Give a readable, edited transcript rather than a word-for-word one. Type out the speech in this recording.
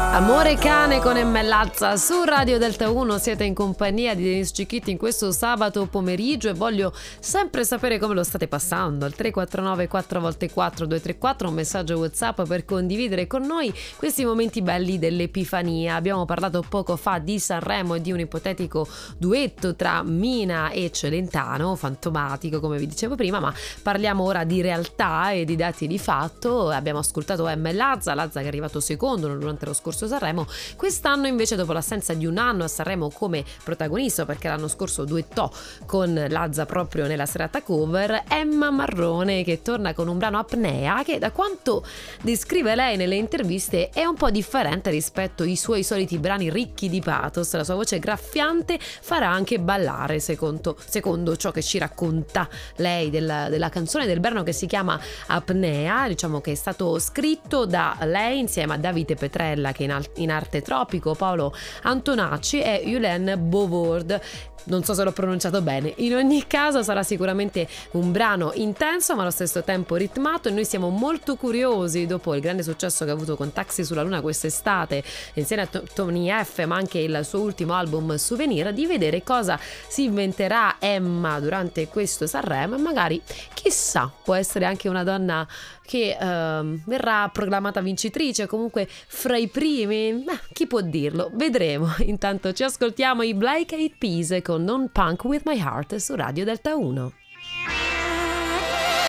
Amore cane con Emmellazza su Radio Delta 1, siete in compagnia di Denise Cicchitti in questo sabato pomeriggio e voglio sempre sapere come lo state passando. Al 349 4x4 234 un messaggio WhatsApp per condividere con noi questi momenti belli dell'Epifania. Abbiamo parlato poco fa di Sanremo e di un ipotetico duetto tra Mina e Celentano, fantomatico come vi dicevo prima, ma parliamo ora di realtà e di dati di fatto. Abbiamo ascoltato Lazza che è arrivato secondo durante lo scorso Sanremo. Quest'anno invece, dopo l'assenza di un anno a Sanremo come protagonista, perché l'anno scorso duettò con Lazza proprio nella serata cover, Emma Marrone, che torna con un brano Apnea che, da quanto descrive lei nelle interviste, è un po' differente rispetto ai suoi soliti brani ricchi di pathos. La sua voce graffiante farà anche ballare, secondo ciò che ci racconta lei della canzone, del brano che si chiama Apnea. Diciamo che è stato scritto da lei insieme a Davide Petrella, che in arte tropico, Paolo Antonacci e Yulen Bovord. Non so se l'ho pronunciato bene. In ogni caso sarà sicuramente un brano intenso ma allo stesso tempo ritmato, e noi siamo molto curiosi, dopo il grande successo che ha avuto con Taxi sulla Luna quest'estate insieme a Tony F, ma anche il suo ultimo album Souvenir, di vedere cosa si inventerà Emma durante questo Sanremo, e magari, chissà, può essere anche una donna che verrà proclamata vincitrice, comunque fra i primi. Chi può dirlo? Vedremo. Intanto ci ascoltiamo i Black Eyed Peas con Non Punk With My Heart su Radio Delta 1.